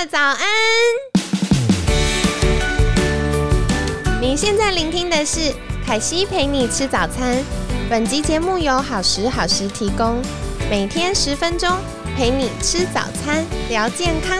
早安！你现在聆听的是凯西陪你吃早餐。本集节目由好时好时提供，每天10分钟陪你吃早餐，聊健康。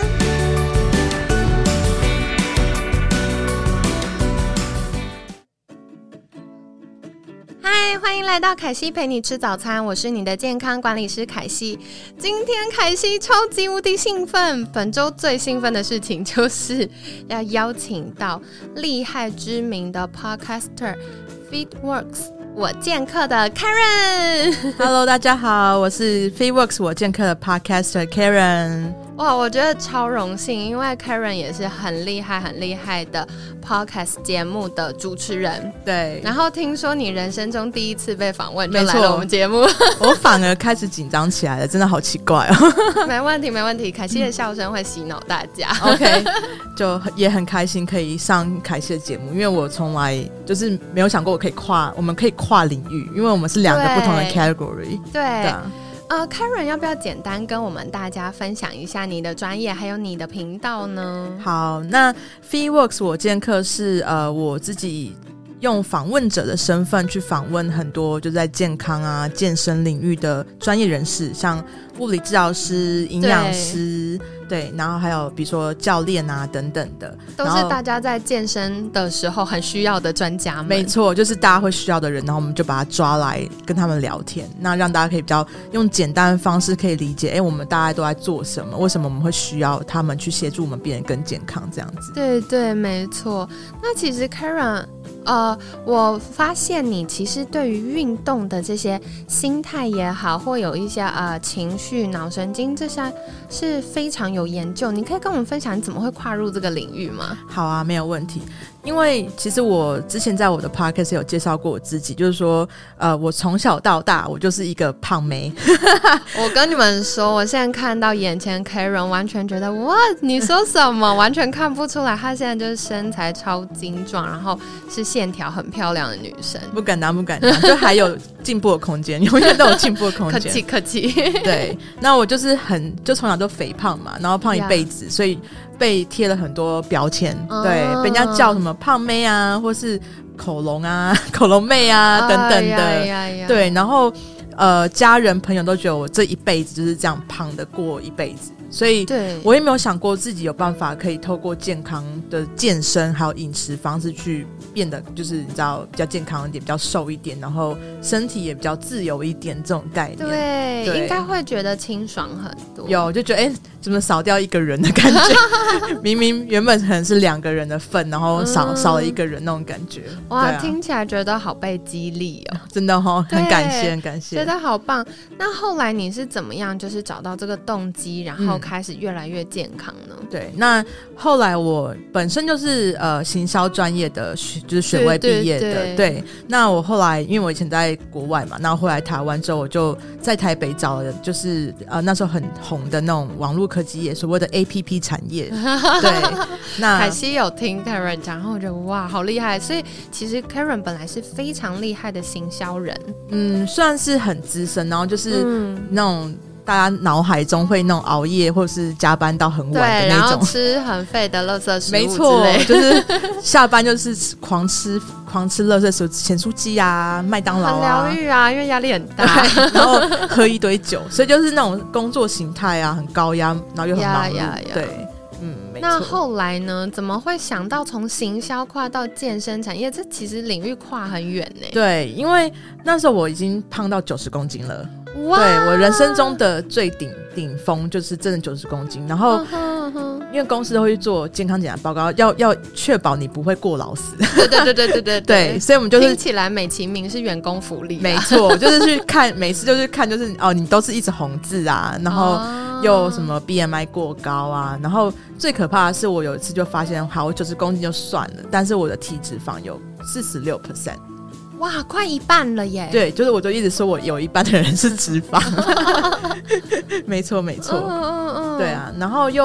嗨，欢迎来到凯西陪你吃早餐，我是你的健康管理师凯西。今天凯西超级无敌兴奋，本周最兴奋的事情就是要邀请到厉害知名的 podcaster FitWorks 我健客的 Karen。Hello， 大家好，我是 FitWorks 我健客的 podcaster Karen。 哇，我觉得超荣幸，因为 Karen 也是很厉害的 podcast 节目的主持人。 对， 然后听说你人生中第一次被访问就来了我们节目， 我反而开始紧张起来了，真的好奇怪哦。 没问题，凯西的笑声会洗脑大家。 OK， 就也很开心可以上凯西的节目，因为我从来就是没有想过我们可以跨领域，因为我们是两个不同的 category。 对啊。Karen 要不要简单跟我们大家分享一下你的专业还有你的频道呢？ 好，那 FitWorks 我健客是我自己用访问者的身份去访问很多就在健康啊健身领域的专业人士，像物理治疗师、营养师，对，然后还有比如说教练啊等等的， 都是大家在健身的时候很需要的专家们。 没错，就是大家会需要的人，然后我们就把他抓来跟他们聊天，那让大家可以比较用简单的方式可以理解，我们大家都在做什么，为什么我们会需要他们去协助我们变得更健康这样子。 对，没错。那其实 Karen我发现你其实对于运动的这些心态也好，或有一些情绪、脑神经这些是非常有研究。你可以跟我们分享你怎么会跨入这个领域吗？ 好啊，没有问题。因为其实我之前在我的 podcast 有介绍过我自己，就是说我从小到大我就是一个胖妹。 我跟你们说，我现在看到眼前 Karen 完全觉得哇，你说什么完全看不出来，她现在就是身材超精壮，然后是线条很漂亮的女生。 不敢当，就还有进步的空间，永远都有进步的空间。 客气。 对，那我就是就从小都肥胖嘛，然后胖一辈子，所以被贴了很多标签，对，被人家叫什么胖妹啊，或是口龙啊、口龙妹啊等等的，对，然后家人朋友都觉得我这一辈子就是这样胖的过一辈子，所以我也没有想过自己有办法可以透过健康的健身还有饮食方式去变得就是你知道比较健康一点，比较瘦一点，然后身体也比较自由一点这种概念。 对，应该会觉得清爽很多。 有就觉得怎么少掉一个人的感觉明明原本可能是2个人的份，然后少了一个人那种感觉。 哇，听起来觉得好被激励哦。 真的很感谢觉得好棒。那后来你是怎么样就是找到这个动机，然后开始越来越健康呢？ 对，那后来我本身就是行销专业的就是学位毕业的。对，那我后来因为我以前在国外嘛，那后来台湾之后我就在台北找了就是那时候很红的那种网络科技业，所谓的 APP 产业。对，那凯西有听 Karen 讲，然后我觉得哇好厉害，所以其实 Karen 本来是非常厉害的行销人。 算是很资深，然后就是那种大家脑海中会那种熬夜或者是加班到很晚的那种， 对，然后吃很废的垃圾食物之类。 没错，就是下班就是狂吃垃圾食物，咸酥鸡啊、麦当劳啊， 很疗愈啊，因为压力很大， 然后喝一堆酒，所以就是那种工作形态啊，很高压，然后又很忙碌。对， 那后来呢？怎么会想到从行销跨到健身产业？这其实领域跨很远呢。 对，因为那时候我已经胖到90公斤了。对，我人生中的最顶峰就是真的90公斤，然后因为公司都会去做健康检查报告，要确保你不会过劳死。对，所以我们就是听起来美其名是员工福利。 没错，就是去看，每次就是看，就是你都是一直红字啊，然后又什么 BMI 过高啊，然后最可怕的是我有一次就发现，好，我90公斤就算了，但是我的体脂肪有46%。 哇，快一半了耶！ 对，就是我就一直说我有一半的人是脂肪。没错，对啊，然后又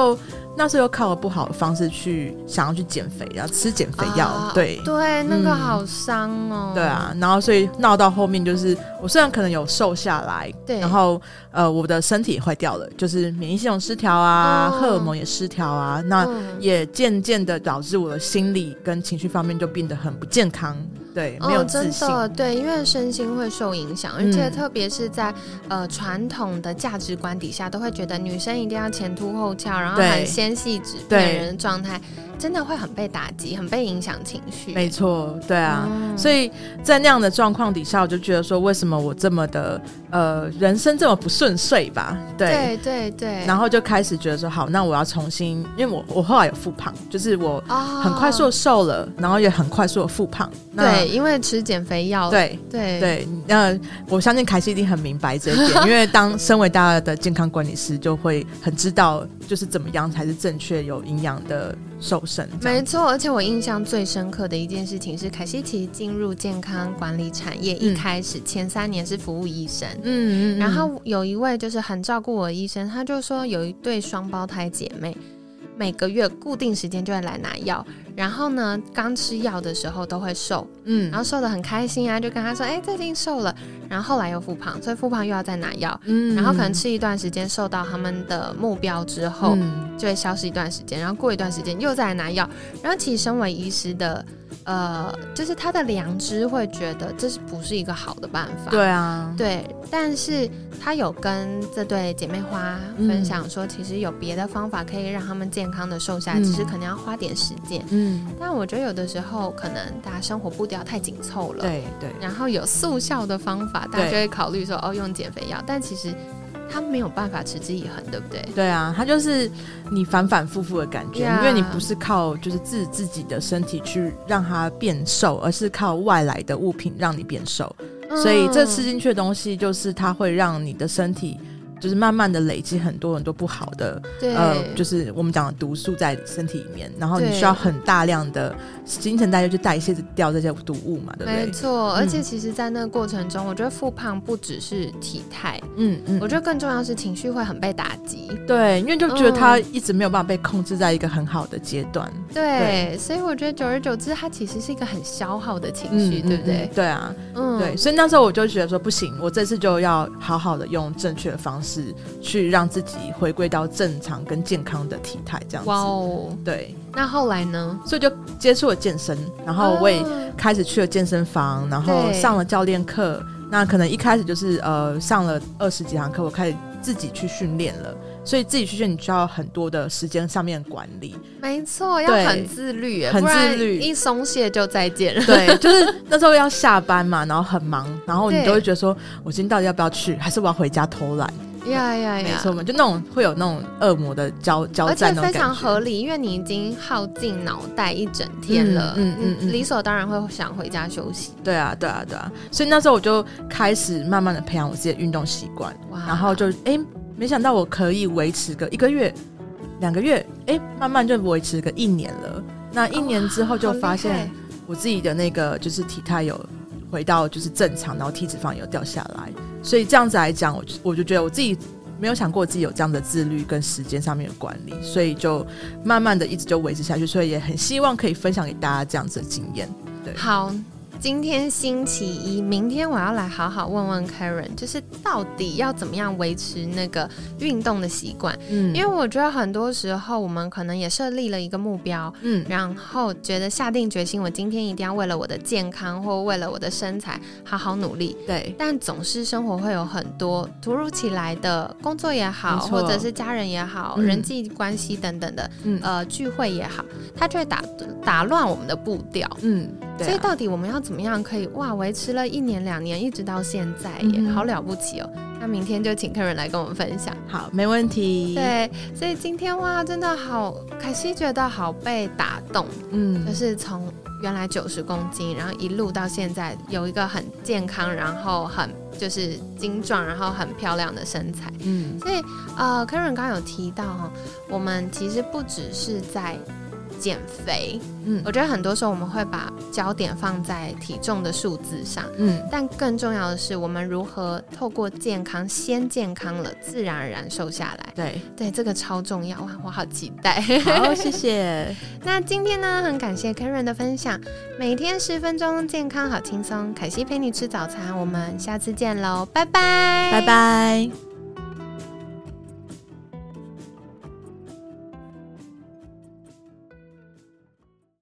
那时候又靠了不好的方式去想要去减肥，然后吃减肥药，对， 那个好伤哦。 对啊，然后所以闹到后面就是我虽然可能有瘦下来，对，然后我的身体也坏掉了，就是免疫系统失调啊，荷尔蒙也失调啊，那也渐渐的导致我的心理跟情绪方面就变得很不健康。对，没有自信， 真的对，因为身心会受影响，而且特别是在传统的价值观底下，都会觉得女生一定要前凸后翘，然后很纤细纸片人的状态，真的会很被打击，很被影响情绪。 没错，对啊，所以在那样的状况底下，我就觉得说，为什么我这么的人生这么不顺遂吧？对，然后就开始觉得说，好，那我要重新，因为我后来有复胖，就是我很快速的瘦了，然后也很快速的复胖。 对，因为吃减肥药。对， 我相信凯西一定很明白这一点，因为身为大家的健康管理师，就会很知道就是怎么样才是正确有营养的瘦身。 没错，而且我印象最深刻的一件事情是，凯西其实进入健康管理产业一开始前3年是服务医生，然后有一位就是很照顾我的医生，他就说有一对双胞胎姐妹，每个月固定时间就会来拿药，然后呢刚吃药的时候都会瘦，然后瘦得很开心啊，就跟他说最近瘦了，然后后来又复胖，所以复胖又要再拿药，然后可能吃一段时间瘦到他们的目标之后，就会消失一段时间，然后过一段时间又再来拿药，然后其实身为医师的就是他的良知会觉得这不是一个好的办法， 对啊， 对，但是他有跟这对姐妹花分享说，其实有别的方法可以让他们健康的瘦下来，只是可能要花点时间，但我觉得有的时候可能大家生活步调太紧凑了，对，然后有速效的方法，大家就会考虑说用减肥药，但其实他没有办法持之以恒，对不对？ 对啊，他就是你反反复复的感觉，因为你不是靠就是自己的身体去让它变瘦，而是靠外来的物品让你变瘦，所以这吃进去的东西就是它会让你的身体就是慢慢的累积很多很多不好的就是我们讲的毒素在身体里面，然后你需要很大量的新陈代谢去代谢掉这些毒物嘛，对不对？ 没错，而且其实在那个过程中，我觉得复胖不只是体态，我觉得更重要的是情绪会很被打击， 对，因为就觉得他一直没有办法被控制在一个很好的阶段， 对，所以我觉得久而久之它其实是一个很消耗的情绪，对不对？ 对啊，对，所以那时候我就觉得说不行，我这次就要好好的用正确的方式去让自己回归到正常跟健康的体态，这样子。哇哦，对。 那后来呢？ 所以就接触了健身，然后我也开始去了健身房，然后上了教练课。那可能一开始就是上了20几堂课，我开始自己去训练了。所以自己去训练，你需要很多的时间上面管理。 没错，要很自律，很自律，一松懈就再见了。 对，就是那时候要下班嘛，然后很忙，然后你就会觉得说，我今天到底要不要去，还是我要回家偷懒？没错嘛，就那种会有那种恶魔的交战那种感觉， 而且非常合理，因为你已经耗尽脑袋一整天了，理所当然会想回家休息。 对啊，所以那时候我就开始慢慢的培养我自己的运动习惯，然后就没想到我可以维持个1个月、2个月，慢慢就维持个1年了。那1年之后就发现我自己的那个就是体态有回到就是正常，然后体脂肪有掉下来。所以这样子来讲，我就觉得我自己没有想过自己有这样的自律跟时间上面的管理，所以就慢慢的一直就维持下去。所以也很希望可以分享给大家这样子的经验。对， 好。今天星期一，明天我要来好好问问 Karen， 就是到底要怎么样维持那个运动的习惯。因为我觉得很多时候我们可能也设立了一个目标，然后觉得下定决心，我今天一定要为了我的健康或为了我的身材好好努力。对，但总是生活会有很多突如其来的工作也好，或者是家人也好，人际关系等等的，聚会也好，它就会打乱我们的步调。所以到底我们要怎么样可以维持了1年2年一直到现在耶，好了不起哦。那明天就请客人来跟我们分享。 好，没问题。 对，所以今天真的好，凯西觉得好被打动，就是从原来90公斤，然后一路到现在有一个很健康，然后很就是精壮，然后很漂亮的身材。所以Karen 刚刚有提到我们其实不只是在减肥。我觉得很多时候我们会把焦点放在体重的数字上，但更重要的是我们如何透过健康，先健康了，自然而然瘦下来。对，这个超重要，我好期待。 好，谢谢。 那今天呢，很感谢 Karen 的分享，每天10分钟，健康好轻松，凯西陪你吃早餐，我们下次见喽，拜拜， 拜拜。